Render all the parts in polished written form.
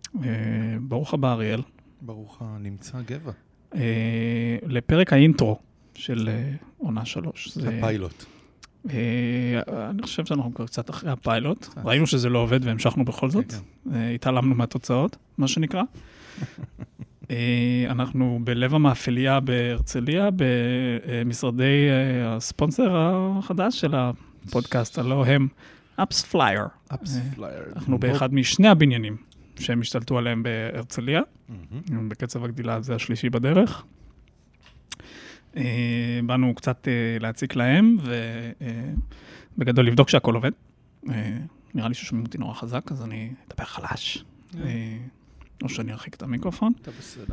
ברוך הבא אריאל. ברוך הנמצא גבע. לפרק האינטרו של עונה 3. הפיילוט. אני חושב שאנחנו קצת אחרי הפיילוט. ראינו שזה לא עובד והמשכנו בכל זאת. התעלמנו מהתוצאות, מה שנקרא. אנחנו בלב המאפליה בהרצליה, במשרדי הספונסר החדש של הפודקאסט, הלא הם אפס פלייר. אנחנו באחד משני הבניינים שהם השתלטו עליהם בהרצליה. בקצב הגדילה זה השלישי בדרך. באנו קצת להציק להם, ובגדול לבדוק שהכל עובד. נראה לי ששומעים אותי נורא חזק, אז אני אדבר חלש. או שאני ארחיק את המיקרופון. אתה בסדר.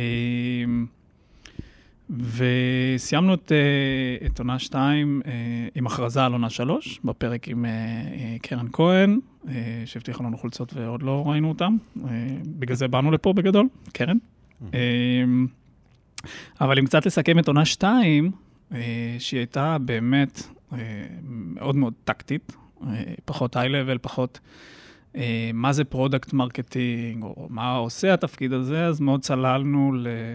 וסיימנו את עונה 2 עם הכרזה על עונה 3, בפרק עם קרן כהן, שהבטיחה לנו חולצות ועוד לא ראינו אותם. בגלל זה באנו לפה בגדול, קרן. אבל אם קצת לסכם את עונה 2, שהיא הייתה באמת מאוד מאוד טקטית, פחות היי-לבל, פחות מה זה פרודקט מרקטינג, או מה עושה התפקיד הזה, אז מאוד צללנו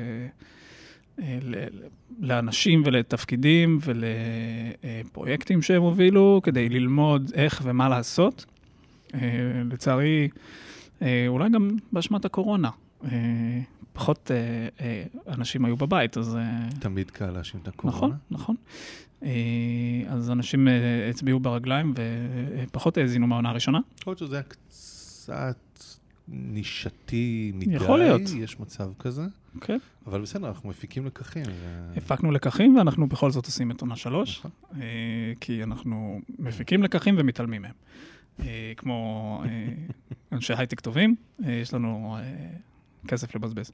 לאנשים ולתפקידים ולפרויקטים שהם הובילו, כדי ללמוד איך ומה לעשות. לצערי, אולי גם באשמת הקורונה. פחות אנשים היו בבית, אז... תמיד קל להאשים את הקורונה. נכון, נכון. אז אנשים הצביעו ברגליים ופחות האזינו מהעונה הראשונה. יכול להיות שזה היה קצת נישתי מדי. יכול להיות. יש מצב כזה. כן. אבל בסדר, אנחנו מפיקים לקחים. הפקנו לקחים ואנחנו בכל זאת עושים את עונה 3, כי אנחנו מפיקים לקחים ומתעלמים מהם. כמו אנשי הייטק טובים, יש לנו כסף לבזבז.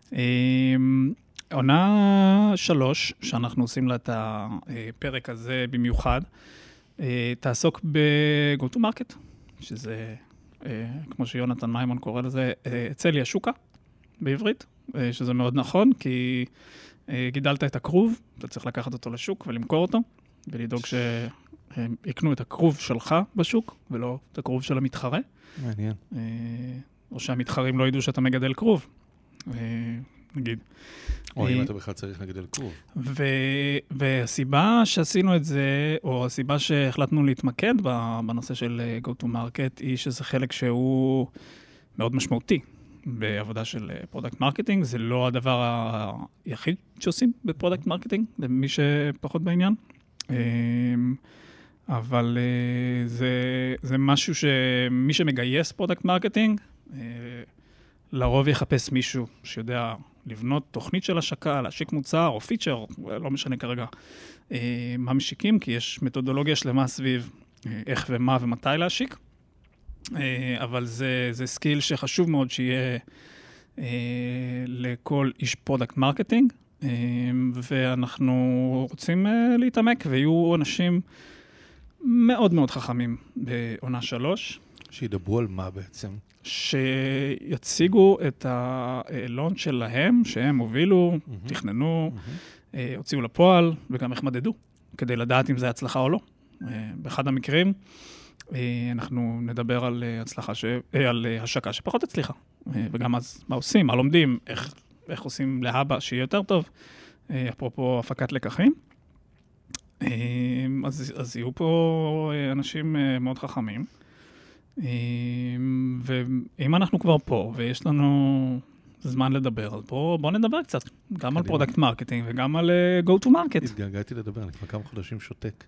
עונה 3, שאנחנו עושים לה את הפרק הזה במיוחד, תעסוק ב-Go-to-Market, שזה, כמו שיונתן מימון קורא לזה, אצל השוקה בעברית, שזה מאוד נכון, כי גידלת את הכרוב, אתה צריך לקחת אותו לשוק ולמכור אותו, ולדאוג שהם יקנו את הכרוב שלך בשוק, ולא את הכרוב של המתחרה. מעניין. או שהמתחרים לא ידעו שאתה מגדל כרוב, נגיד. או אם אתה בכלל צריך לגדל כרוב. והסיבה שעשינו את זה, או הסיבה שהחלטנו להתמקד בנושא של Go-to-Market, היא שזה חלק שהוא מאוד משמעותי בעבודה של פרודקט מרקטינג. זה לא הדבר היחיד שעושים בפרודקט מרקטינג, למי שפחות בעניין. אבל זה משהו שמי שמגייס פרודקט מרקטינג, לרוב יחפש מישהו שיודע לבנות תוכנית של השקה, להשיק מוצר או פיצ'ר, לא משנה כרגע מה משיקים, כי יש מתודולוגיה שלמה סביב איך ומה ומתי להשיק, אבל זה סקיל שחשוב מאוד שיהיה לכל איש פרודקט מרקטינג, ואנחנו רוצים להתעמק, ויהיו אנשים מאוד מאוד חכמים בעונה 3. שידברו על מה בעצם? שיציגו את הלונץ' שלהם, שהם הובילו, תכננו, הוציאו לפועל, וגם איך מדדו, כדי לדעת אם זה הצלחה או לא. באחד המקרים, אנחנו נדבר על על השקה שפחות הצליחה, וגם אז מה עושים, מה לומדים, איך עושים להבא שיהיה יותר טוב, אפרופו הפקת לקחים. אז יהיו פה אנשים מאוד חכמים, ואם אנחנו כבר פה ויש לנו זמן לדבר, אז בואו נדבר קצת, גם על פרודקט מרקטינג וגם על Go-to-Market. התגעגעתי לדבר, אני כבר כמה חודשים שותק.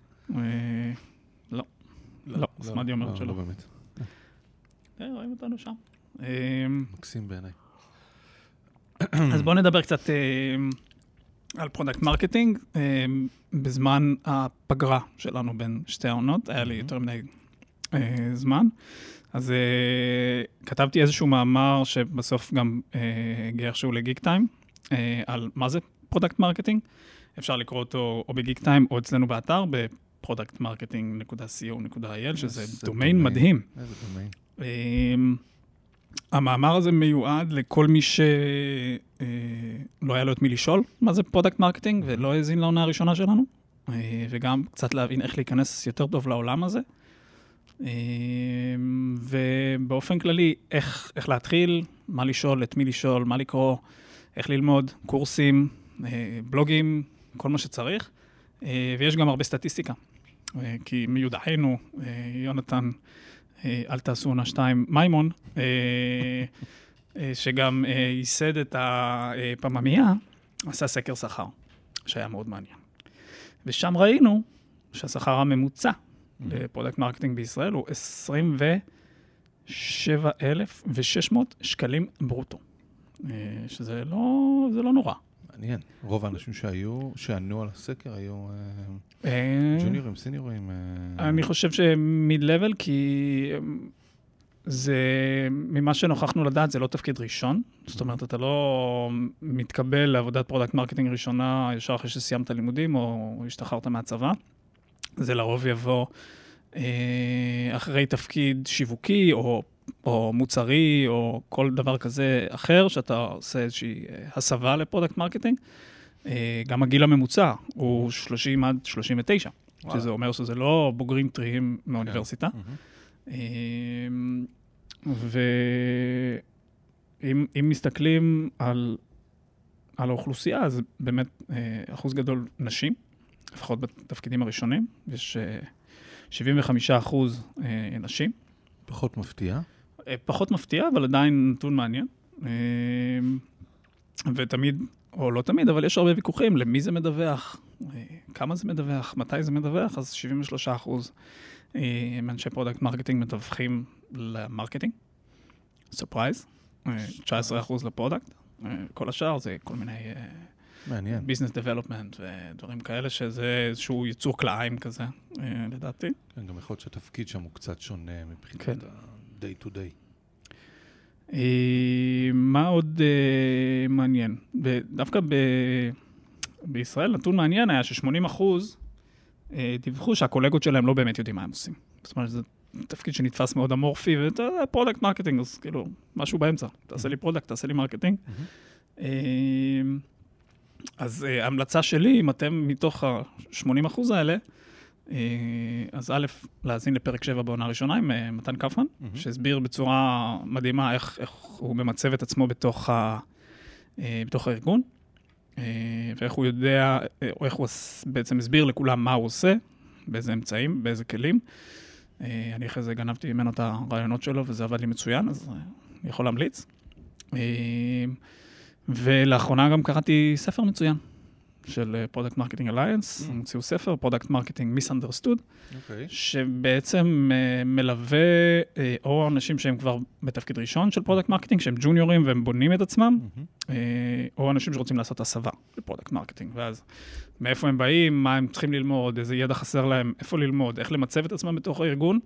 לא, סמדי אומר שלא. לא באמת. רואים אותנו שם. מקסים בעיניי. אז בואו נדבר קצת על פרודקט מרקטינג. בזמן הפגרה שלנו בין שתי העונות, היה לי יותר מדי זמן. אז כתבתי איזשהו מאמר שבסוף גם הגיע איכשהו לגיק טיים, על מה זה פרודקט מרקטינג. אפשר לקרוא אותו או בגיק טיים או אצלנו באתר, בפרודקטמרקטינג.co.il, שזה דומיין מדהים. איזה דומיין. המאמר הזה מיועד לכל מי שלא היה לו את מי לשאול מה זה פרודקט מרקטינג, ולא האזין לעונה הראשונה שלנו, וגם קצת להבין איך להיכנס יותר טוב לעולם הזה. ובאופן כללי, איך להתחיל, מה לשאול, את מי לשאול, מה לקרוא, איך ללמוד, קורסים, בלוגים, כל מה שצריך. ויש גם הרבה סטטיסטיקה, כי מיודענו, יונתן, אל תעשו עונה 2 מימון, שגם ייסד את הפממיה, עשה סקר שכר, שהיה מאוד מעניין. ושם ראינו שהשכר הממוצע לפרודקט מרקטינג בישראל הוא 27,600 שקלים ברוטו, שזה לא נורא. מעניין. רוב האנשים שענו על הסקר היו ג'וניורים, סיניורים. אני חושב שמיד-לבל, כי זה, ממה שנוכחנו לדעת, זה לא תפקיד ראשון. זאת אומרת, אתה לא מתקבל לעבודת פרודקט מרקטינג ראשונה ישר אחרי שסיימת לימודים או השתחררת מהצבא. זה לרוב יבוא אחרי תפקיד שיווקי או מוצרי או כל דבר כזה אחר, שאתה עושה איזושהי הסבה לפרודקט מרקטינג. גם הגיל הממוצע הוא 30 עד 39, שזה אומר שזה לא בוגרים טריים מאוניברסיטה. ואם מסתכלים על האוכלוסייה, אז באמת אחוז גדול נשים, לפחות בתפקידים הראשונים, יש 75% נשים. פחות מפתיע. פחות מפתיע, אבל עדיין נתון מעניין. ותמיד, או לא תמיד, אבל יש הרבה ויכוחים למי זה מדווח, כמה זה מדווח, מתי זה מדווח, אז 73% מאנשי פרודקט מרקטינג מדווחים למרקטינג, סופרייז, 19% לפרודקט, כל השאר זה כל מיני ביזנס דבלופמנט ודברים כאלה, שזה איזשהו ייצור כלאיים כזה, לדעתי. כן, גם יכול להיות שהתפקיד שם הוא קצת שונה מבחינת ה-day to day. מה עוד מעניין? דווקא בישראל נתון מעניין היה ש80% דיווחו שהקולגות שלהם לא באמת יודעים מה הם עושים. זאת אומרת, זה תפקיד שנתפס מאוד אמורפי, ואתה פרודקט מרקטינג, אז כאילו, משהו באמצע. תעשה לי פרודקט, תעשה לי מרקטינג. אז ההמלצה שלי, אם אתם מתוך ה-80% האלה, אז א', להאזין לפרק 7 בעונה הראשונה עם מתן קפמן, שהסביר בצורה מדהימה איך הוא ממצב את עצמו בתוך הארגון, ואיך הוא יודע, או איך הוא בעצם הסביר לכולם מה הוא עושה, באיזה אמצעים, באיזה כלים. אני אחרי זה גנבתי ממנו את הרעיונות שלו, וזה עבד לי מצוין, אז אני יכול להמליץ. ולאחרונה גם קראתי ספר מצוין, של Product Marketing Alliance, הם הוציאו ספר, Product Marketing Misunderstood, שבעצם מלווה או אנשים שהם כבר בתפקיד ראשון של Product Marketing, שהם ג'וניורים והם בונים את עצמם, או אנשים שרוצים לעשות הסבה ל-Product Marketing, ואז מאיפה הם באים, מה הם צריכים ללמוד, איזה ידע חסר להם, איפה ללמוד, איך למצב את עצמם בתוך הארגון.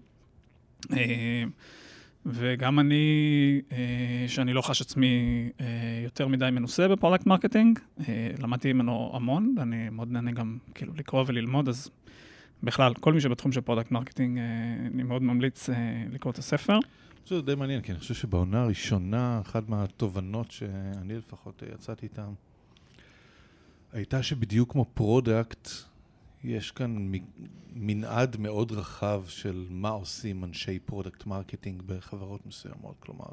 וגם אני, שאני לא חש עצמי יותר מדי מנוסה בפרודקט מרקטינג, למדתי ממנו המון, ואני מאוד נהנה גם כאילו לקרוא וללמוד, אז בכלל, כל מי שבתחום של פרודקט מרקטינג, אני מאוד ממליץ לקרוא את הספר. זה די מעניין, כי אני חושב שבעונה הראשונה, אחת מהתובנות שאני לפחות יצאתי איתן, הייתה שבדיוק כמו פרודקט, יש כאן מנעד מאוד רחב של מה עושים אנשי פרודקט מרקטינג בחברות מסוימות. כלומר,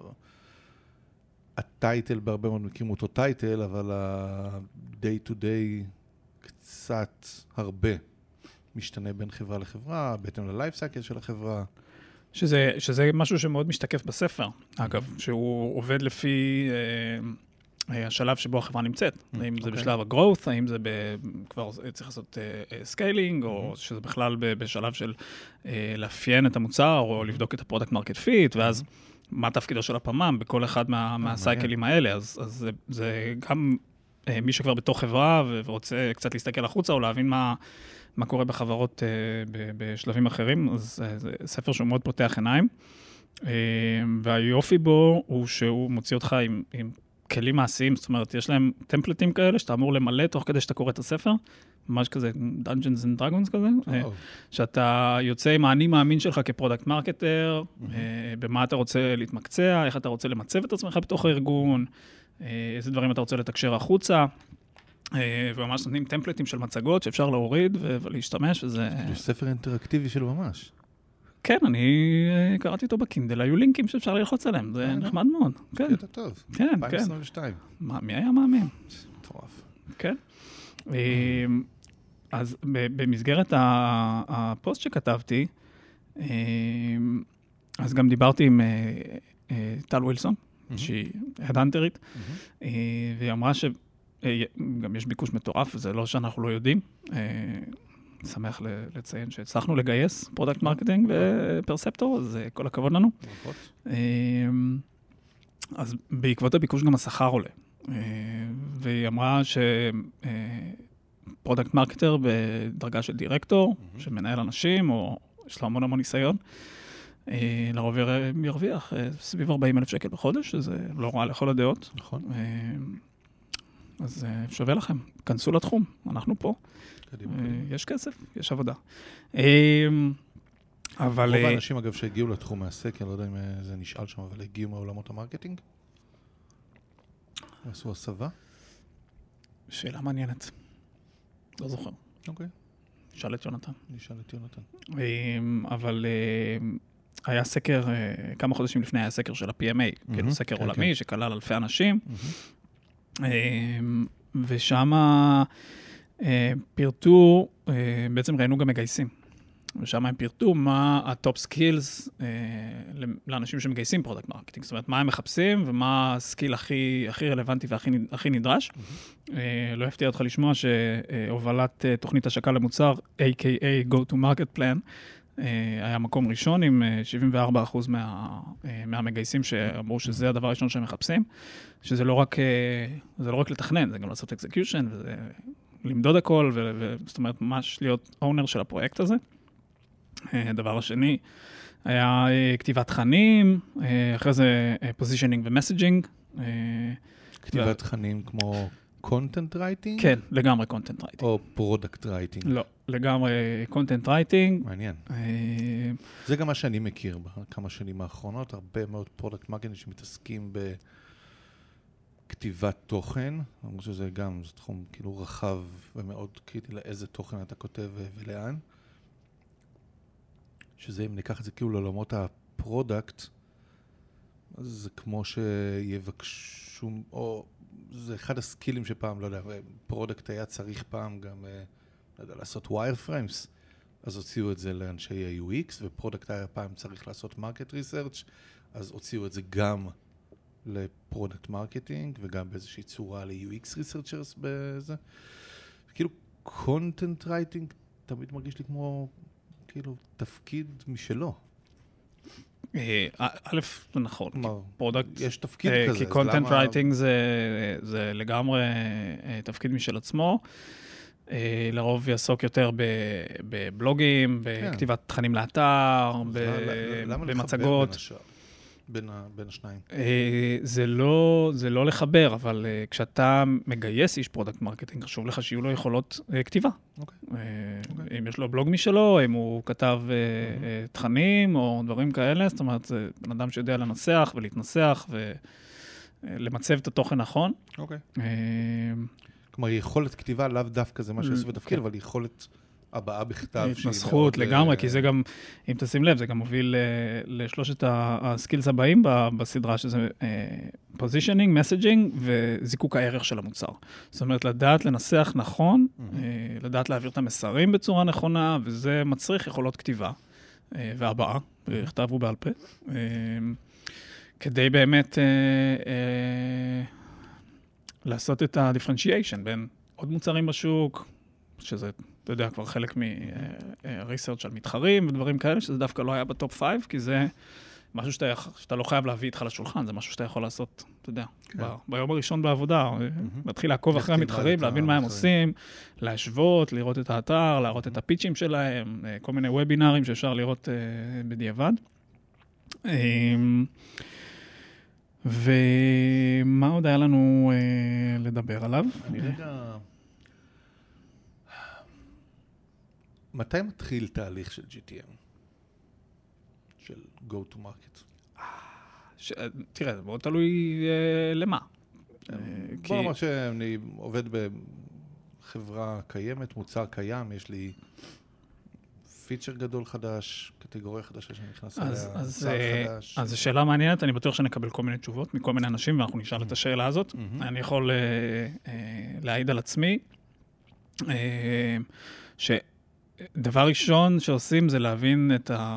הטייטל בהרבה מאוד מקרים הוא אותו טייטל, אבל ה-day to day קצת הרבה משתנה בין חברה לחברה, בהתאם ללייף סייקל של החברה. שזה משהו שמאוד משתקף בספר, אגב, שהוא עובד לפי השלב שבו החברה נמצאת. האם זה בשלב ה-growth, האם זה כבר צריך לעשות scaling, או שזה בכלל בשלב של לאפיין את המוצר, או לבדוק את הפרודקט מרקט פיט, ואז מה תפקידו של הפמ"ם בכל אחד מהסייקלים האלה. אז זה גם מי שכבר בתוך חברה ורוצה קצת להסתכל החוצה, או להבין מה קורה בחברות בשלבים אחרים, אז זה ספר שהוא מאוד פותח עיניים. והיופי בו הוא שהוא מוציא אותך עם כלים מעשיים, זאת אומרת, יש להם טמפלטים כאלה שאתה אמור למלא תוך כדי שאתה קורא את הספר, ממש כזה Dungeons and Dragons כזה, שאתה יוצא עם האני מאמין שלך כפרודקט מרקטר, במה אתה רוצה להתמקצע, איך אתה רוצה למצב את עצמך בתוך הארגון, איזה דברים אתה רוצה לתקשר החוצה, וממש נותנים טמפלטים של מצגות שאפשר להוריד ולהשתמש, וזה... זה ספר אינטראקטיבי שלו ממש. כן, אני קראתי אותו בקינדל, היו לינקים שאפשר ללחוץ עליהם, זה נחמד מאוד. כן. קטע טוב. כן, כן. 2022. מי היה מאמין? מטורף. כן. אז במסגרת הפוסט שכתבתי, אז גם דיברתי עם טל ווילסון, שהיא הדאנטרית, והיא אמרה שגם יש ביקוש מטורף, וזה לא שאנחנו לא יודעים. שמח לציין שהצלחנו לגייס פרודקט מרקטינג ופרספטור, אז כל הכבוד לנו. אז בעקבות הביקוש גם השכר עולה. והיא אמרה שפרודקט מרקטר בדרגה של דירקטור, שמנהל אנשים, או יש לו המון ניסיון, לרוב ירוויח סביב 40,000 שקל בחודש, שזה לא רע לכל הדעות. נכון. אז שווה לכם, כנסו לתחום, אנחנו פה. יש כסף, יש עבודה. אבל... רוב האנשים, אגב, שהגיעו לתחום מהסקר, לא יודע אם זה נשאל שם, אבל הגיעו מעולמות המרקטינג? עשו הסבה? שאלה מעניינת. לא זוכר. אוקיי. נשאל את יונתן. אבל היה סקר, כמה חודשים לפני היה סקר של ה-PMA, כאילו סקר עולמי שכלל אלפי אנשים, ושם פירטו, בעצם ראינו גם מגייסים, ושם הם פירטו מה הטופ סקילס לאנשים שמגייסים פרודקט מרקטינג, זאת אומרת, מה הם מחפשים ומה הסקיל הכי רלוונטי והכי נדרש. לא הפתיע אותך לשמוע שהובלת תוכנית השקה למוצר, a.k.a. Go to Market Plan, היה מקום ראשון עם 74% מהמגייסים שאמרו שזה הדבר הראשון שהם מחפשים, שזה לא רק לתכנן, זה גם לעשות execution, וזה למדוד הכל, זאת אומרת, ממש להיות אונר של הפרויקט הזה. הדבר השני היה כתיבת תכנים, אחרי זה positioning ומסג'ינג. כתיבת תכנים כמו content writing? כן, לגמרי content writing. או product writing? לא, לגמרי content writing. מעניין. זה גם מה שאני מכיר בכמה שנים האחרונות, הרבה מאוד product marketing שמתעסקים בכתיבת תוכן. אני חושב שזה גם, זה תחום כאילו רחב ומאוד קריטי לאיזה תוכן אתה כותב ולאן. שזה, אם ניקח את זה כאילו לעולמות הפרודקט, אז זה כמו שיבקשו, או זה אחד הסקילים שפעם, לא יודע, פרודקט היה צריך פעם גם, לא יודע, לעשות wireframes, אז הוציאו את זה לאנשי ה-UX, ופרודקט היה פעם צריך לעשות market research, אז הוציאו את זה גם לפרודקט מרקטינג, וגם באיזושהי צורה ל-UX researchers בזה. כאילו, content writing תמיד מרגיש לי כמו כאילו תפקיד משלו. א', זה נכון. פרודקט, יש תפקיד כזה. כי קונטנט רייטינג זה לגמרי תפקיד משל עצמו. לרוב יעסוק יותר בבלוגים, בכתיבת תכנים לאתר, במצגות. בין השניים. זה לא לחבר, אבל כשאתה מגייס איש פרודקט מרקטינג, חשוב לך שיהיו לו יכולות כתיבה. אם יש לו בלוג משלו, אם הוא כתב תכנים או דברים כאלה, זאת אומרת, זה בן אדם שיודע לנסח ולהתנסח ולמצב את התוכן נכון. כלומר, יכולת כתיבה לאו דווקא זה מה שעשו בתפקיד, אבל יכולת הבאה בכתב. התנסחות לגמרי, כי זה גם, אם תשים לב, זה גם מוביל לשלושת הסקילס הבאים בסדרה, שזה positioning, messaging וזיקוק הערך של המוצר. זאת אומרת, לדעת לנסח נכון, לדעת להעביר את המסרים בצורה נכונה, וזה מצריך יכולות כתיבה והבאה, בכתב ובעל פה, כדי באמת לעשות את ה-differentiation בין עוד מוצרים בשוק, שזה, אתה יודע, כבר חלק מ-research על מתחרים ודברים כאלה, שזה דווקא לא היה בטופ 5, כי זה משהו שאתה לא חייב להביא איתך לשולחן, זה משהו שאתה יכול לעשות, אתה יודע, ביום הראשון בעבודה, מתחיל לעקוב אחרי המתחרים, להבין מה הם עושים, להשוות, לראות את האתר, להראות את הפיצ'ים שלהם, כל מיני וובינרים שאפשר לראות בדיעבד. ומה עוד היה לנו לדבר עליו? אני רגע... מתי מתחיל תהליך של GTM? של Go to Market? תראה, זה מאוד תלוי למה. בוא נאמר שאני עובד בחברה קיימת, מוצר קיים, יש לי פיצ'ר גדול חדש, קטגוריה חדשה שנכנס אליה, מוצר חדש. אז זו שאלה מעניינת, אני בטוח שנקבל כל מיני תשובות מכל מיני אנשים, ואנחנו נשאל את השאלה הזאת. אני יכול להעיד על עצמי, שדבר ראשון שעושים זה להבין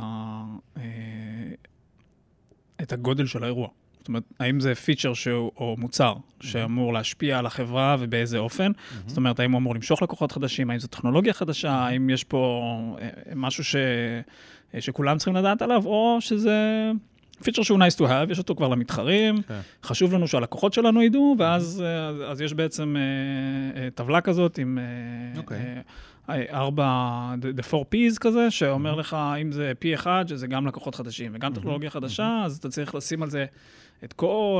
את הגודל של האירוע. זאת אומרת, האם זה פיצ'ר או מוצר שאמור להשפיע על החברה ובאיזה אופן? זאת אומרת, האם הוא אמור למשוך לקוחות חדשים? האם זו טכנולוגיה חדשה? האם יש פה משהו שכולם צריכים לדעת עליו? או שזה פיצ'ר שהוא nice to have, יש אותו כבר למתחרים, חשוב לנו שהלקוחות שלנו ידעו, ואז יש בעצם טבלה כזאת עם 4, the 4Ps כזה, שאומר לך, אם זה P1, שזה גם לקוחות חדשים, וגם טכנולוגיה חדשה, אז אתה צריך לשים על זה את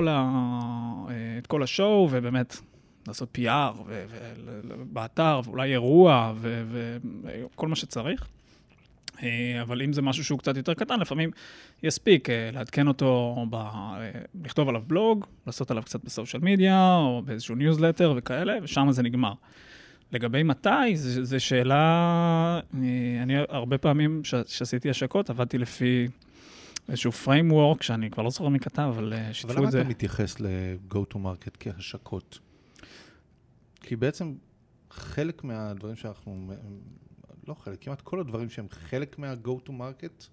כל השואו, ובאמת לעשות PR, באתר, ואולי אירוע, וכל מה שצריך. אבל אם זה משהו שהוא קצת יותר קטן, לפעמים יספיק לעדכן אותו, לכתוב עליו בלוג, לעשות עליו קצת בסושיאל מדיה, או באיזשהו ניוזלטר וכאלה, ושם זה נגמר. לגבי מתי, זו שאלה, אני הרבה פעמים שעשיתי השקות, עבדתי לפי איזשהו framework, שאני כבר לא זוכר מי כתב, אבל שיתפו את זה. אבל למה אתה מתייחס ל-go-to-market כהשקות? כי בעצם חלק מהדברים שאנחנו, לא חלק, כמעט כל הדברים שהם חלק מה-go-to-market,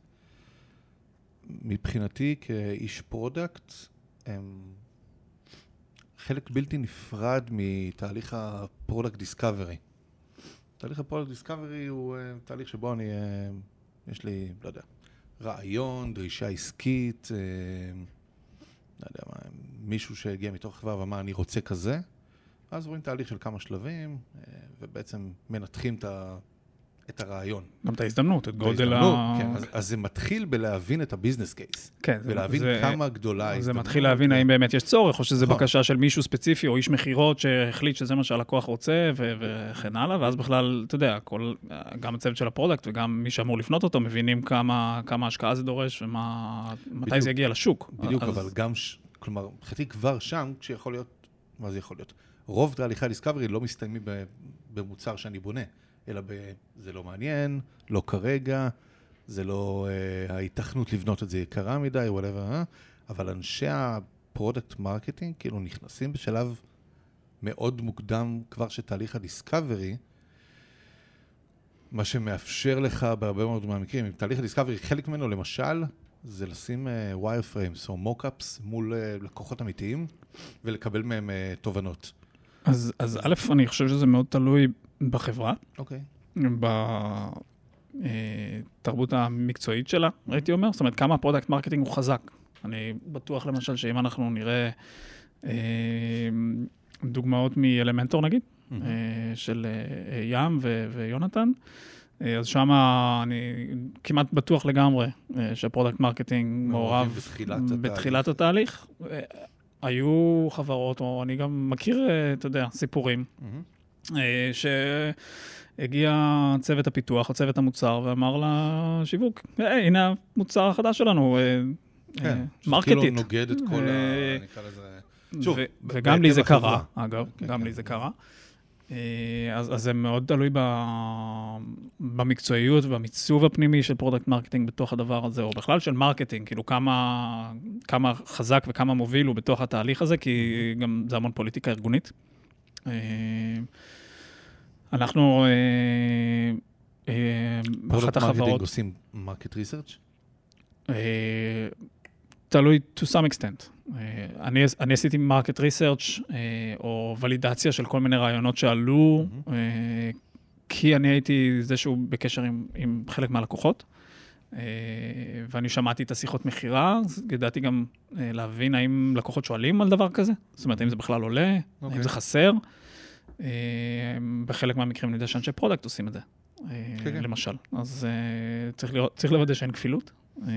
מבחינתי כאיש פרודקט, הם חלק בלתי נפרד מתהליך הפרודקט דיסקאברי. תהליך הפרודקט דיסקאברי הוא תהליך שבו יש לי, לא יודע, רעיון, דרישה עסקית, לא יודע מה, מישהו שהגיע מתוך חברה ואמר, אני רוצה כזה, אז רואים תהליך של כמה שלבים, ובעצם מנתחים את הרעיון. גם את ההזדמנות, את גודל כן, אז זה מתחיל בלהבין את הביזנס קייס. כן. ולהבין כמה גדולה ההזדמנות. זה מתחיל להבין האם באמת יש צורך, או שזה בקשה של מישהו ספציפי, או איש מחירות שהחליט שזה מה שהלקוח רוצה, וכן הלאה, ואז בכלל, אתה יודע, גם הצוות של הפרודקט, וגם מי שאמור לפנות אותו, מבינים כמה השקעה זה דורש, ומתי זה יגיע לשוק. בדיוק, אבל גם, כלומר, חצי כבר שם, כשיכול להיות, מה זה יכול להיות? רוב תהליכי הדיסקאברי לא מסתיימים במוצר שאני בונה. אלא זה לא מעניין, לא כרגע, זה לא ההיתכנות לבנות את זה יקרה מדי, whatever, אבל אנשי הפרודקט מרקטינג כאילו נכנסים בשלב מאוד מוקדם כבר שתהליך הדיסקאברי, מה שמאפשר לך בהרבה מאוד מהמקרים, אם תהליך הדיסקאברי חלק ממנו למשל, זה לשים wireframes או מוקאפס מול לקוחות אמיתיים, ולקבל מהם תובנות. אז א', אני חושב שזה מאוד תלוי בחברה, בתרבות המקצועית שלה, הייתי אומר. זאת אומרת, כמה הפרודקט מרקטינג הוא חזק. אני בטוח למשל שאם אנחנו נראה דוגמאות מאלמנטור נגיד, של ים ויונתן, אז שם אני כמעט בטוח לגמרי שהפרודקט מרקטינג מעורב בתחילת התהליך. היו חברות, או אני גם מכיר, אתה יודע, סיפורים, שהגיע צוות הפיתוח, או צוות המוצר, ואמר לשיווק, הנה המוצר החדש שלנו, מרקטית. שכאילו נוגד את כל נקרא לזה... וגם לי זה קרה, אגב, גם לי זה קרה. אז זה מאוד תלוי במקצועיות ובמיצוב הפנימי של פרודקט מרקטינג בתוך הדבר הזה, או בכלל של מרקטינג, כאילו כמה חזק וכמה מוביל הוא בתוך התהליך הזה, כי גם זה המון פוליטיקה ארגונית. אנחנו, באחת החברות... פרודקט מרקטינג עושים מרקט ריסרצ'? תלוי to some extent. אני עשיתי מרקט ריסרצ' או ולידציה של כל מיני רעיונות שעלו, כי אני הייתי זה שהוא בקשר עם חלק מהלקוחות, ואני שמעתי את השיחות מחירה, אז ידעתי גם להבין האם לקוחות שואלים על דבר כזה, זאת אומרת, האם זה בכלל עולה, האם זה חסר. בחלק מהמקרים אני יודע שאנשי פרודקט עושים את זה, למשל. אז צריך לוודא שאין כפילות.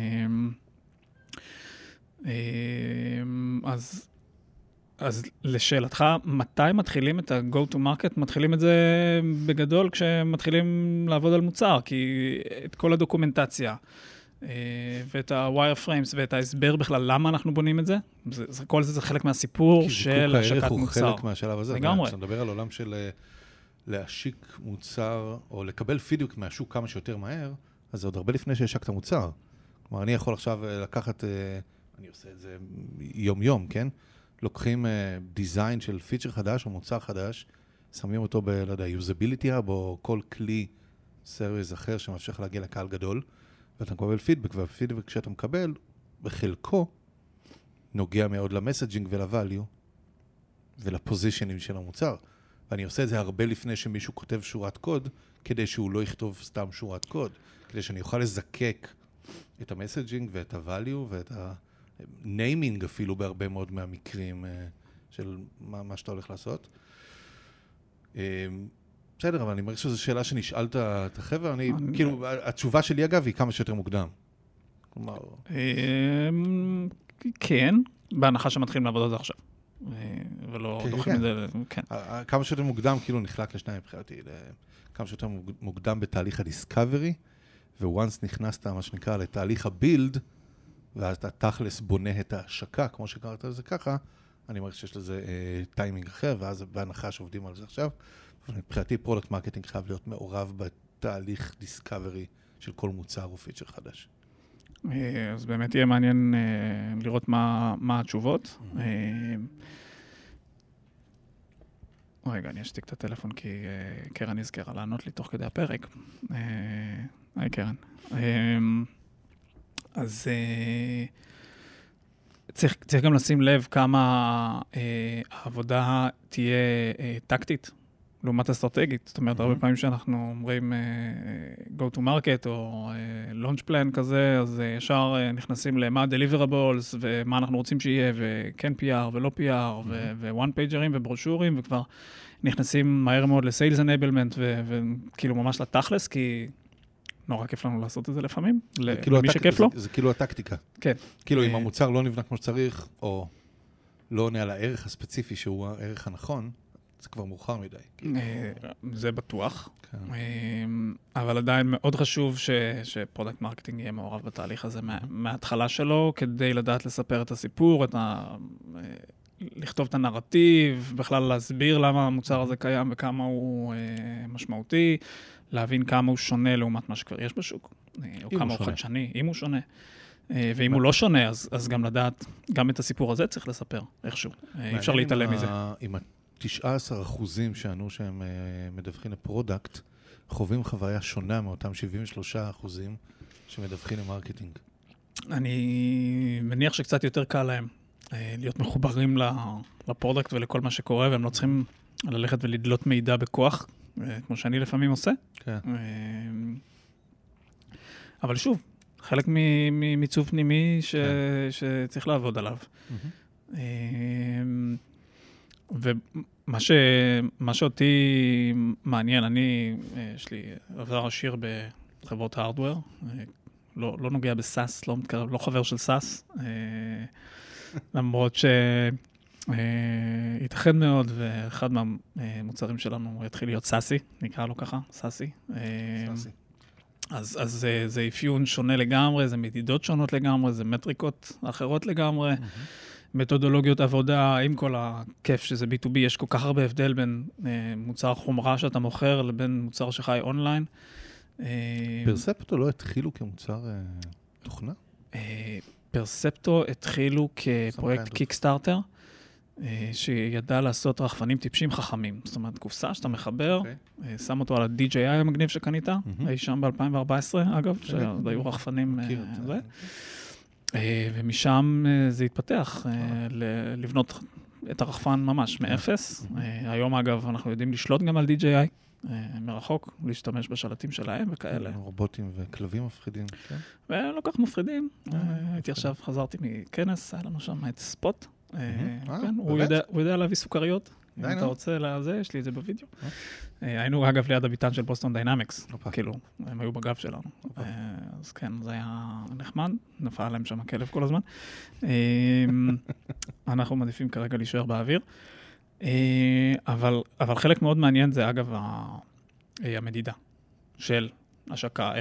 אז לשאלתך, מתי מתחילים את ה-go-to-market? מתחילים את זה בגדול כשמתחילים לעבוד על מוצר, כי את כל הדוקומנטציה, ואת ה-wireframes, ואת ההסבר בכלל, למה אנחנו בונים את זה, כל זה חלק מהסיפור של השקת מוצר. כי זיקוק הערך הוא חלק מהשלב הזה. לגמרי. כשאתה מדבר על עולם של להשיק מוצר, או לקבל פידבק מהשוק כמה שיותר מהר, אז זה עוד הרבה לפני שהשקת מוצר. כלומר, אני יכול עכשיו לקחת, אני עושה את זה יום-יום, כן? לוקחים דיזיין של פיצ'ר חדש או מוצר חדש, שמים אותו לא יודע, usability hub או כל כלי סרוויס אחר שמאפשר להגיע לקהל גדול, ואתה מקבל פידבק, והפידבק שאתה מקבל, בחלקו, נוגע מאוד למסג'ינג ולvalue, ולפוזישנים של המוצר. ואני עושה את זה הרבה לפני שמישהו כותב שורת קוד, כדי שהוא לא יכתוב סתם שורת קוד, כדי שאני אוכל לזקק את המסג'ינג ואת הvalue ואת הניימינג אפילו בהרבה מאוד מהמקרים של מה שאתה הולך לעשות. בסדר, אבל אני מרגיש שזו שאלה שנשאלת את החבר'ה, כאילו, התשובה שלי אגב היא כמה שיותר מוקדם. כלומר... כן, בהנחה שמתחילים לעבוד על זה עכשיו. ולא דוחים את זה, כן. כמה שיותר מוקדם כאילו נחלק לשניים מבחינתי, כמה שיותר מוקדם בתהליך הדיסקאברי, וואנס נכנסת מה שנקרא לתהליך הבילד, ואז אתה תכלס בונה את ההשקה, כמו שקראת לזה ככה, אני מרגיש שיש לזה טיימינג אחר, ואז בהנחה שעובדים על זה עכשיו, מבחינתי פרודקט מרקטינג חייב להיות מעורב בתהליך דיסקאברי של כל מוצר או פיצ'ר חדש. אז באמת יהיה מעניין לראות מה התשובות. רגע, אני אשתיק את הטלפון כי קרן נזכרה לענות לי תוך כדי הפרק. היי קרן. אז צריך גם לשים לב כמה העבודה תהיה טקטית. לעומת אסטרטגית, זאת אומרת, הרבה פעמים שאנחנו אומרים go to market או launch plan כזה, אז ישר נכנסים למה deliverables ומה אנחנו רוצים שיהיה, וכן PR ולא PR, ו-one pager'ים וברושורים, וכבר נכנסים מהר מאוד ל-sales enablement, וכאילו ממש לתכלס, כי נורא כיף לנו לעשות את זה לפעמים, למי שכיף לו. זה כאילו הטקטיקה. כן. כאילו אם המוצר לא נבנה כמו שצריך, או לא עונה על הערך הספציפי שהוא הערך הנכון, זה כבר מאוחר מדי. זה בטוח. אבל עדיין מאוד חשוב שפרודקט מרקטינג יהיה מעורב בתהליך הזה מההתחלה שלו, כדי לדעת לספר את הסיפור, לכתוב את הנרטיב, בכלל להסביר למה המוצר הזה קיים וכמה הוא משמעותי, להבין כמה הוא שונה לעומת מה שכבר יש בשוק, או כמה הוא חדשני, אם הוא שונה. ואם הוא לא שונה, אז גם לדעת, גם את הסיפור הזה צריך לספר איכשהו. אי אפשר להתעלם מזה. עם 19% שענו שהם מדווחים לפרודקט, חווים חוויה שונה מאותם 73% שמדווחים למרקטינג. אני מניח שקצת יותר קל להם להיות מחוברים לפרודקט ולכל מה שקורה, והם לא צריכים ללכת ולדלות מידע בכוח, כמו שאני לפעמים עושה. כן. אבל שוב, חלק ממיצוב פנימי שצריך לעבוד עליו. ומה שאותי מעניין, יש לי עבר עשיר בחברות הארדוור, לא נוגע בסאס, לא חבר של סאס, למרות ייתכן מאוד, ואחד מהמוצרים שלנו יתחיל להיות סאסי, נקרא לו ככה, סאסי. אז זה אפיון שונה לגמרי, זה מדידות שונות לגמרי, זה מטריקות אחרות לגמרי, מתודולוגיות עבודה, עם כל הכיף שזה B2B, יש כל כך הרבה הבדל בין מוצר חומרה שאתה מוכר לבין מוצר שחי אונליין. פרספטו לא התחילו כמוצר תוכנה? פרספטו התחילו כפרויקט קיקסטארטר, שידע לעשות רחפנים טיפשים חכמים. זאת אומרת, קופסה שאתה מחבר, שם אותו על ה-DJI המגניב שקנית, אי שם ב-2014, אגב, שהיו רחפנים זה. ומשם זה התפתח, לבנות את הרחפן ממש מאפס. היום, אגב, אנחנו יודעים לשלוט גם על DJI, מרחוק, להשתמש בשלטים שלהם וכאלה. רובוטים וכלבים מפחידים. ולא כך מפחידים. הייתי עכשיו, חזרתי מכנס, היה לנו שם את ספוט. הוא יודע להביא סוכריות. אם אתה רוצה לזה, יש לי את זה בווידאו. היינו אגב ליד הביטן של בוסטון דיינמיקס, כאילו, הם היו בגב שלנו. אז כן, זה היה נחמד, נפל עליהם שם הכלב כל הזמן. אנחנו מעדיפים כרגע להישאר באוויר. אבל חלק מאוד מעניין זה אגב המדידה של השקה,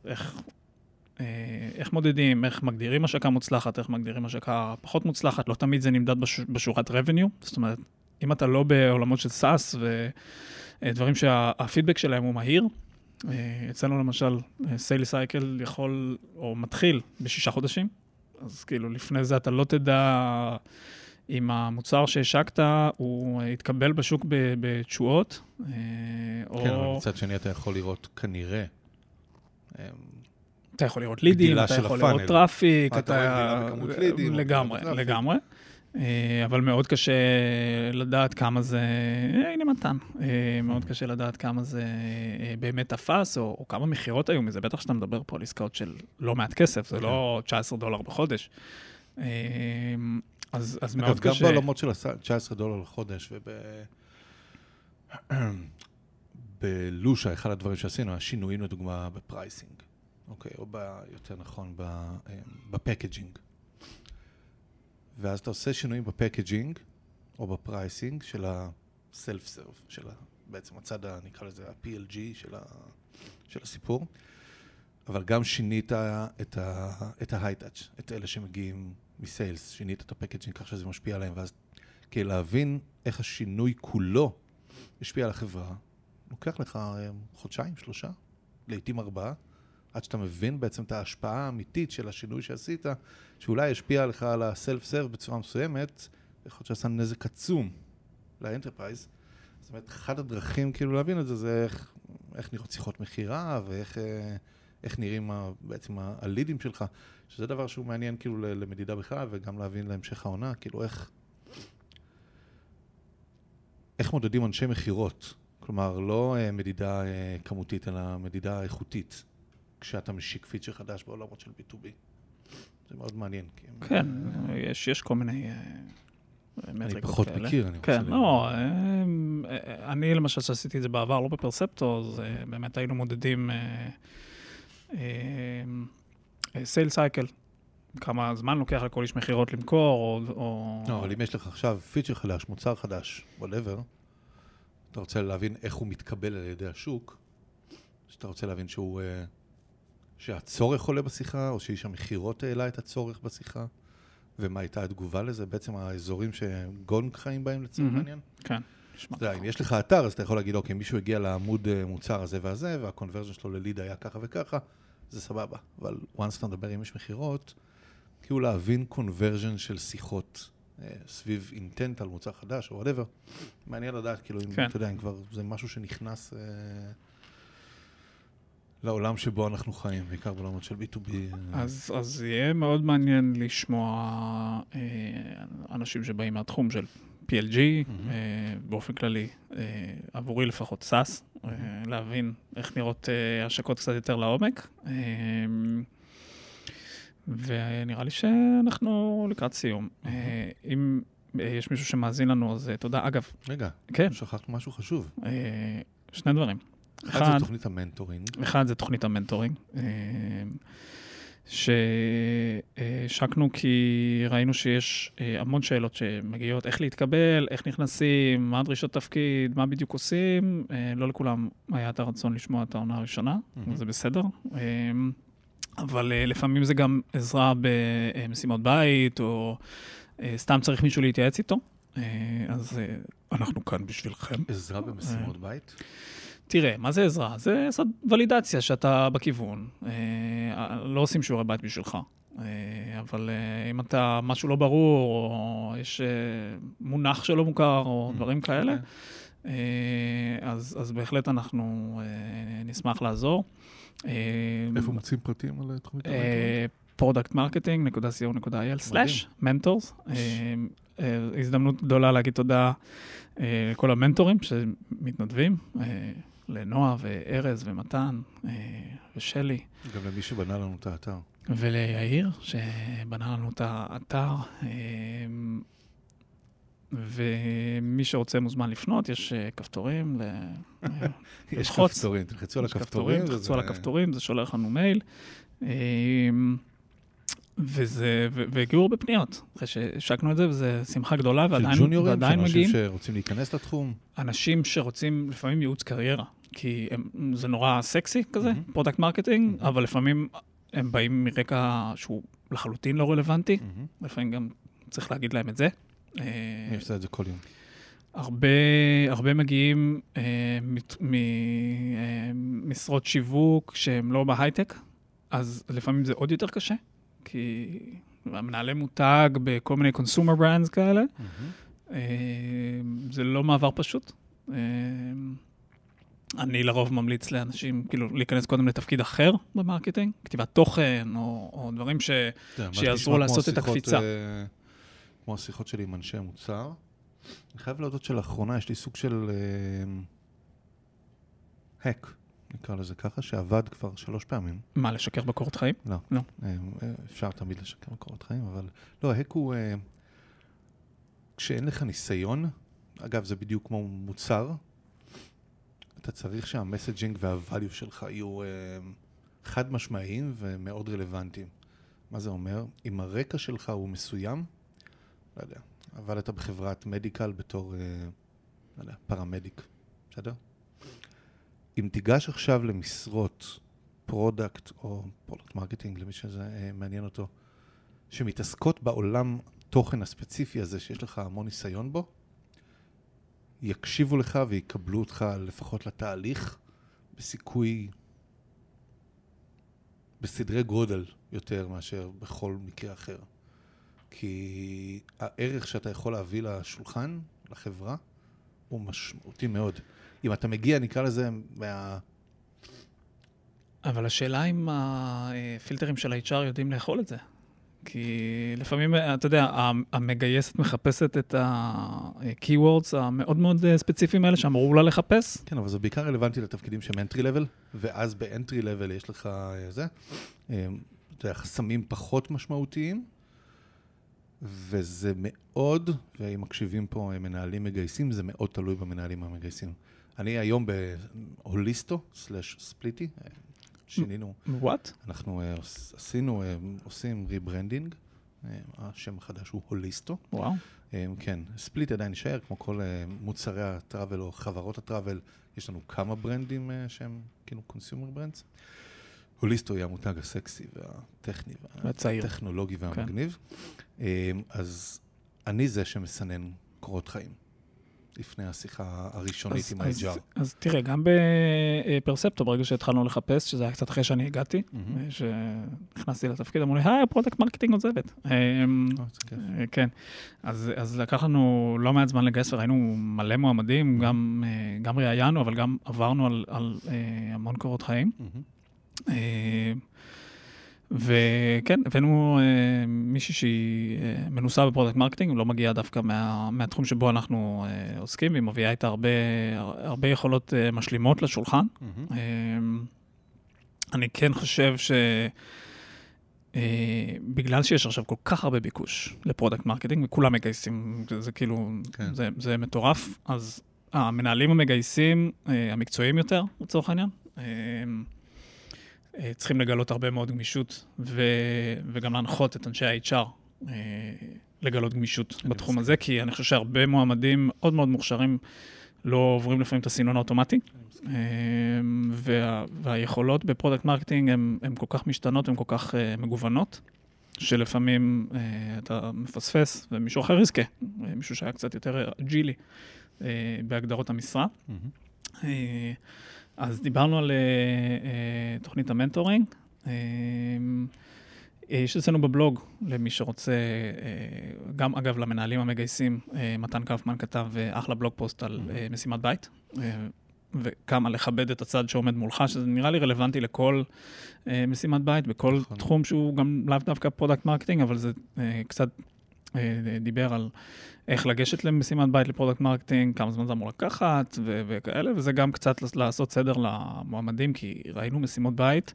איך מודדים, איך מגדירים השקה מוצלחת, איך מגדירים השקה פחות מוצלחת, לא תמיד זה נמדד בשורת revenue, זאת אומרת, אם אתה לא בעולמות של SaaS ודברים שהפידבק שלהם הוא מהיר, אצלנו למשל, סייל סייקל יכול, או מתחיל ב6 חודשים, אז כאילו לפני זה אתה לא תדע אם המוצר שהשקת, הוא יתקבל בשוק בתשואות, או... כן, אבל מצד שני אתה יכול לראות כנראה... אתה יכול לראות לידים, אתה יכול לראות טראפיק, אתה רואה בכמות לידים. לגמרי. אבל מאוד קשה לדעת כמה זה, הנה מתן, מאוד קשה לדעת כמה זה באמת תפס, או כמה מחירות היו מזה, בטח שאתה מדבר פה על עסקאות של לא מעט כסף, זה לא $19 בחודש. אז מאוד קשה. גם בעולמות של $19 לחודש, ובלושה, אחד הדברים שעשינו, השינויים לדוגמה בפרייסינג, אוקיי, או יותר נכון, בפקג'ינג. ואז אתה עושה שינויים בפקג'ינג, או בפרייסינג של הסלף-סרף, של בעצם הצד, נקרא לזה, ה-PLG של הסיפור, אבל גם שינית את ההיי-טאץ', את אלה שמגיעים מסיילס, שינית את הפקג'ינג כך שזה משפיע עליהם, ואז כדי להבין איך השינוי כולו משפיע על החברה, לוקח לך 2-3, לעתים 4, עד שאתה מבין בעצם את ההשפעה האמיתית של השינוי שעשית, שאולי ישפיע עליך על הסלף-סרף בצורה מסוימת, יכול להיות שעשה נזק עצום לאנטרפרייז. זאת אומרת, אחד הדרכים כאילו להבין את זה, זה איך נראות שיחות מחירה, ואיך נראים בעצם הלידים שלך, שזה דבר שהוא מעניין כאילו למדידה בכלל, וגם להבין להמשך העונה, כאילו איך מודדים אנשי מחירות. כלומר, לא מדידה כמותית, אלא מדידה איכותית. כשאתה משיק פיצ'ר חדש בעולמות של B2B. זה מאוד מעניין. כן, יש כל מיני מטריקות כאלה. אני פחות מכיר, אני רוצה כן, לא, אני למשל שעשיתי את זה בעבר, לא בפרספטור, אז באמת היינו מודדים סייל סייקל, כמה זמן לוקח לכל איש מחירות למכור, או... לא, אבל אם יש לך עכשיו פיצ'ר חדש, מוצר חדש, whatever, אתה רוצה להבין איך הוא מתקבל על ידי השוק, שאתה רוצה להבין שהצורך עולה בשיחה, או שאיש המחירות העלה את הצורך בשיחה, ומה הייתה התגובה לזה, בעצם האזורים שגונג חיים בהם לצורך העניין. כן. אם יש לך אתר, אז אתה יכול להגיד, אוקיי, מישהו הגיע לעמוד מוצר הזה והזה, והקונברז'ן שלו לליד היה ככה וככה, זה סבבה. אבל once אתה מדבר עם איש מחירות, כאילו להבין קונברז'ן של שיחות סביב אינטנט על מוצר חדש, או whatever, מעניין לדעת, כאילו, אם אתה יודע, אם כבר זה משהו שנכנס... לעולם שבו אנחנו חיים, בעיקר בעולמות של B2B. אז יהיה מאוד מעניין לשמוע אנשים שבאים מהתחום של PLG, באופן כללי, עבורי לפחות SaaS, להבין איך נראות השקות קצת יותר לעומק. ונראה לי שאנחנו לקראת סיום. אם יש מישהו שמאזין לנו, אז תודה. אגב, רגע, שכחנו משהו חשוב. 2 דברים. אחד זה תוכנית המנטורינג. אחד זה תוכנית המנטורינג, ששקנו כי ראינו שיש המון שאלות שמגיעות, איך להתקבל, איך נכנסים, מה דרישות תפקיד, מה בדיוק עושים. לא לכולם היה את הרצון לשמוע את העונה הראשונה, זה בסדר. אבל לפעמים זה גם עזרה במשימות בית, או סתם צריך מישהו להתייעץ איתו. אז אנחנו כאן בשבילכם. עזרה במשימות בית? תראה, מה זה עזרה? זה לעשות ולידציה שאתה בכיוון. לא עושים שיעורי בית בשבילך. אבל אם אתה משהו לא ברור, או יש מונח שלא מוכר, או דברים כאלה, אז בהחלט אנחנו נשמח לעזור. איפה מוצאים פרטים על תוכנית המנטורינג? productmarketing.co.il/mentors. הזדמנות גדולה להגיד תודה לכל המנטורים שמתנדבים, לנועה וארז ומתן ושלי. גם למי שבנה לנו את האתר. וליאיר שבנה לנו את האתר. ומי שרוצה מוזמן לפנות, יש כפתורים. יש כפתורים, תלחצו על הכפתורים. תלחצו על הכפתורים, זה שולח לנו מייל. והגיעו בפניות. אחרי שהשקנו את זה, וזו שמחה גדולה, ועדיין מגיעים. של ג'וניורים, אנשים שרוצים להיכנס לתחום? אנשים שרוצים לפעמים ייעוץ קריירה, כי זה נורא סקסי כזה, פרודקט מרקטינג, אבל לפעמים הם באים מרקע שהוא לחלוטין לא רלוונטי, לפעמים גם צריך להגיד להם את זה. מי עושה את זה כל יום? הרבה מגיעים ממשרות שיווק שהם לא בהייטק, אז לפעמים זה עוד יותר קשה, כי מנהלי מותג בכל מיני consumer brands כאלה, זה לא מעבר פשוט. אני לרוב ממליץ לאנשים, כאילו, להיכנס קודם לתפקיד אחר במרקטינג, כתיבת תוכן, או דברים שיעזרו לעשות את הקפיצה. כמו השיחות שלי עם אנשי מוצר. אני חייב להודות שלאחרונה יש לי סוג של hack, נקרא לזה ככה, שעבד כבר 3 פעמים. מה, לשקר בקורות חיים? לא. לא. אפשר תמיד לשקר בקורות חיים, אבל לא, ההק הוא, כשאין לך ניסיון, אגב, זה בדיוק כמו מוצר, אתה צריך שהמסג'ינג והvalue שלך יהיו חד משמעיים ומאוד רלוונטיים. מה זה אומר? אם הרקע שלך הוא מסוים, לא יודע, עבדת בחברת מדיקל בתור, לא יודע, פרמדיק, בסדר? אם תיגש עכשיו למשרות פרודקט או פרודקט מרקטינג, למי שזה מעניין אותו, שמתעסקות בעולם תוכן הספציפי הזה שיש לך המון ניסיון בו, יקשיבו לך ויקבלו אותך לפחות לתהליך בסיכוי, בסדרי גודל יותר מאשר בכל מקרה אחר. כי הערך שאתה יכול להביא לשולחן, לחברה, הוא משמעותי מאוד. אם אתה מגיע, נקרא לזה אבל השאלה אם הפילטרים של ה-HR יודעים לאכול את זה. כי לפעמים, אתה יודע, המגייסת מחפשת את ה-keywords המאוד מאוד ספציפיים האלה שאמרו לה לחפש. כן, אבל זה בעיקר רלוונטי לתפקידים שהם entry level, ואז ב-entry level יש לך חסמים פחות משמעותיים, וזה מאוד, ואם מקשיבים פה מנהלים מגייסים, זה מאוד תלוי במנהלים המגייסים. אני היום בהוליסטו/ספליטי, שינינו. What? אנחנו עושים ריברנדינג, השם החדש הוא הוליסטו. וואו. כן, ספליט עדיין נשאר, כמו כל מוצרי הטראבל או חברות הטראבל, יש לנו כמה ברנדים שהם כאילו קונסיומר ברנדס. הוליסטו היא המותג הסקסי והטכני והטכנולוגי והמגניב. אז אני זה שמסנן קורות חיים. לפני השיחה הראשונית עם ה-HR. אז תראה, גם בפרספטו, ברגע שהתחלנו לחפש, שזה היה קצת אחרי שאני הגעתי, שנכנסתי לתפקיד, אמרו לי, פרודקט מרקטינג עוזבת. כן. אז לקח לנו לא מעט זמן לגייס, וראינו מלא מועמדים, גם ראיינו, אבל גם עברנו על המון קורות חיים. וכן, הבאנו מישהי שהיא מנוסה בפרודקט מרקטינג, היא לא מגיעה דווקא מהתחום שבו אנחנו עוסקים, והיא מביאה איתה הרבה יכולות משלימות לשולחן. אני כן חושב שבגלל שיש עכשיו כל כך הרבה ביקוש לפרודקט מרקטינג, וכולם מגייסים, זה כאילו, זה מטורף, אז המנהלים המגייסים, המקצועיים יותר, לצורך העניין, צריכים לגלות הרבה מאוד גמישות, וגם להנחות את אנשי ה-HR לגלות גמישות בתחום הזה, כי אני חושב שהרבה מועמדים מאוד מאוד מוכשרים לא עוברים לפעמים את הסינון האוטומטי, והיכולות בפרודקט מרקטינג הן כל כך משתנות, הן כל כך מגוונות, שלפעמים אתה מפספס, ומישהו אחר יזכה, מישהו שהיה קצת יותר אג'ילי בהגדרות המשרה. אז דיברנו על תוכנית המנטורינג. יש אצלנו בבלוג, למי שרוצה, גם אגב למנהלים המגייסים, מתן קאופמן כתב אחלה בלוג פוסט על משימת בית, וכמה לכבד את הצד שעומד מולך, שזה נראה לי רלוונטי לכל משימת בית, בכל תחום שהוא גם לאו דווקא פרודקט מרקטינג, אבל זה קצת דיבר על איך לגשת למשימת בית לפרודקט מרקטינג, כמה זמן זה אמור לקחת וכאלה, וזה גם קצת לעשות סדר למועמדים, כי ראינו משימות בית,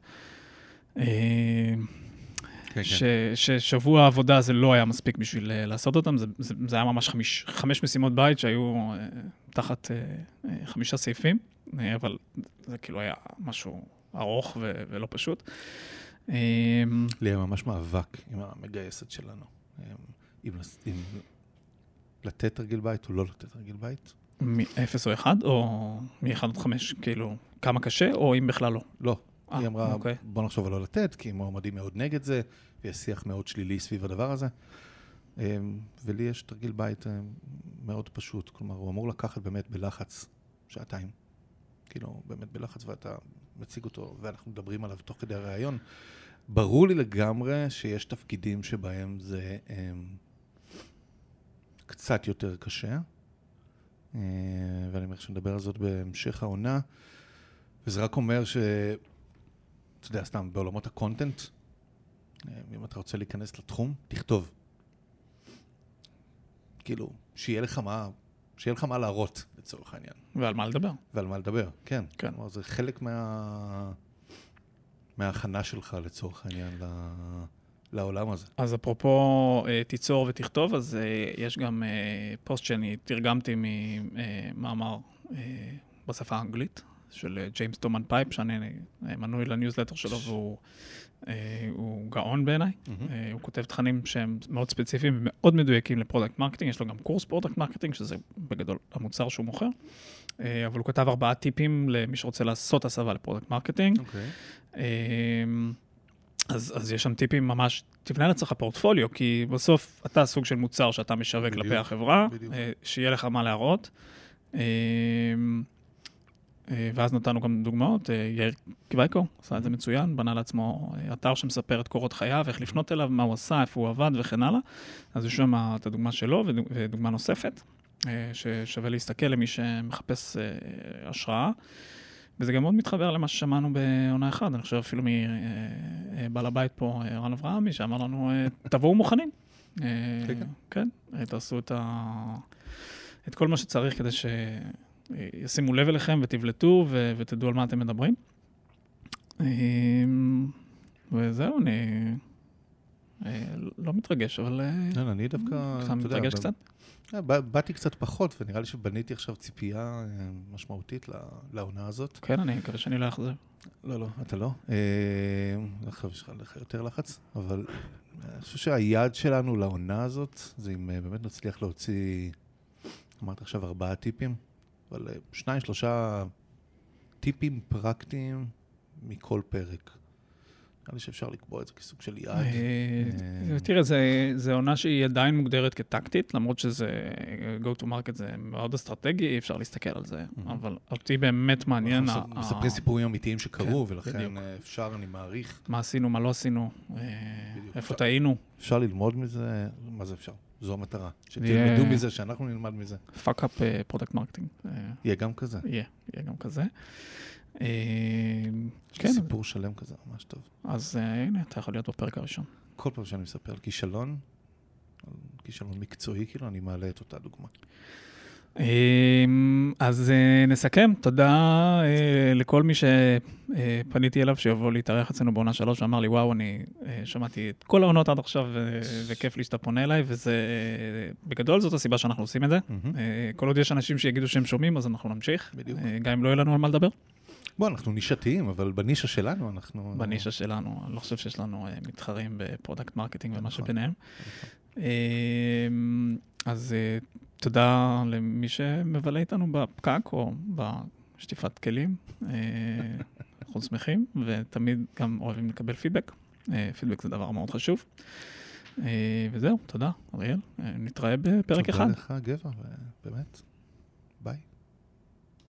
ששבוע העבודה זה לא היה מספיק בשביל לעשות אותם, זה היה ממש 5 משימות בית שהיו תחת 5 סעיפים, אבל זה כאילו היה משהו ארוך ולא פשוט. לי היה ממש מאבק עם המגייסת שלנו. אם לתת תרגיל בית או לא לתת תרגיל בית? מ-0 או 1, או מ-1 עד 5, כאילו, כמה קשה, או אם בכלל לא? לא. היא אמרה, בוא נחשוב על לא לתת, כי מועמדים מאוד נגד זה, ויש שיח מאוד שלילי סביב הדבר הזה. ולי יש תרגיל בית מאוד פשוט, כלומר, הוא אמור לקחת באמת בלחץ שעתיים, כאילו, באמת בלחץ, ואתה מציג אותו, ואנחנו מדברים עליו תוך כדי הרעיון. ברור לי לגמרי שיש תפקידים שבהם זה קצת יותר קשה, ואני אומר שנדבר על זאת בהמשך העונה, וזה רק אומר ש... אתה יודע, סתם, בעולמות הקונטנט, אם אתה רוצה להיכנס לתחום, תכתוב. כאילו, שיהיה לך מה להראות, לצורך העניין. ועל מה לדבר. ועל מה לדבר, כן. כן. כלומר, זה חלק מההכנה שלך, לצורך העניין, לעולם הזה. אז אפרופו תיצור ותכתוב, אז יש גם פוסט שאני תרגמתי ממאמר בשפה האנגלית, של ג'יימס טומן פייפ, שאני מנוי לניוזלטר שלו, והוא גאון בעיניי. הוא כותב תכנים שהם מאוד ספציפיים ומאוד מדויקים לפרודקט מרקטינג. יש לו גם קורס פרודקט מרקטינג, שזה בגדול המוצר שהוא מוכר. אבל הוא כתב 4 טיפים למי שרוצה לעשות הסבה לפרודקט מרקטינג. אז יש שם טיפים ממש, תבנה לעצמך פורטפוליו, כי בסוף אתה סוג של מוצר שאתה משווק כלפי החברה, שיהיה לך מה להראות. ואז נתנו גם דוגמאות, יאיר קיווייקו עשה את זה מצוין, בנה לעצמו אתר שמספר את קורות חייו, איך לפנות אליו, מה הוא עשה, איפה הוא עבד וכן הלאה. אז יש שם את הדוגמה שלו ודוגמה נוספת, ששווה להסתכל למי שמחפש השראה. וזה גם מאוד מתחבר למה ששמענו בעונה 1, אני חושב אפילו מבעל הבית פה, רן אברהמי, שאמר לנו, תבואו מוכנים. כן, תעשו את כל מה שצריך כדי שישימו לב אליכם ותבלטו ותדעו על מה אתם מדברים. וזהו, אני לא מתרגש, אבל... אני דווקא... אתה מתרגש קצת? באתי קצת פחות, ונראה לי שבניתי עכשיו ציפייה משמעותית לעונה הזאת. כן, אני מקווה שאני לא אחזר. לא, אתה לא. עכשיו יש לך יותר לחץ, אבל אני חושב שהיעד שלנו לעונה הזאת, זה אם באמת נצליח להוציא, אמרת עכשיו 4 טיפים, אבל 2-3 טיפים פרקטיים מכל פרק. נראה לי שאפשר לקבוע את זה כסוג של יעד. תראה, זה עונה שהיא עדיין מוגדרת כטקטית, למרות שזה go to market זה מאוד אסטרטגי, אי אפשר להסתכל על זה, אבל אותי באמת מעניין. אנחנו מספרים סיפורים אמיתיים שקרו, ולכן אפשר, אני מעריך. מה עשינו, מה לא עשינו, איפה טעינו. אפשר ללמוד מזה, מה זה אפשר? זו המטרה. שתלמדו מזה, שאנחנו נלמד מזה. fuck up product marketing. יהיה גם כזה. יהיה גם כזה. יש לי סיפור שלם כזה, ממש טוב. אז הנה, אתה יכול להיות בפרק הראשון. כל פעם שאני מספר על כישלון מקצועי, כאילו אני מעלה את אותה דוגמה. אז נסכם, תודה לכל מי שפניתי אליו שיבוא להתארח אצלנו בעונה 3 ואמר לי, וואו, אני שמעתי את כל העונות עד עכשיו וכיף לי שאתה פונה אליי, וזה בגדול זאת הסיבה שאנחנו עושים את זה. כל עוד יש אנשים שיגידו שהם שומעים, אז אנחנו נמשיך, גם אם לא יהיה לנו על מה לדבר. בוא, אנחנו נישתיים, אבל בנישה שלנו אנחנו... בנישה שלנו, אני לא חושב שיש לנו מתחרים בפרודקט מרקטינג ומה שביניהם. אז תודה למי שמבלה איתנו בפקק או בשטיפת כלים. אנחנו שמחים, ותמיד גם אוהבים לקבל פידבק. פידבק זה דבר מאוד חשוב. וזהו, תודה, אריאל. נתראה בפרק אחד. תודה לך, גבע, ובאמת, ביי.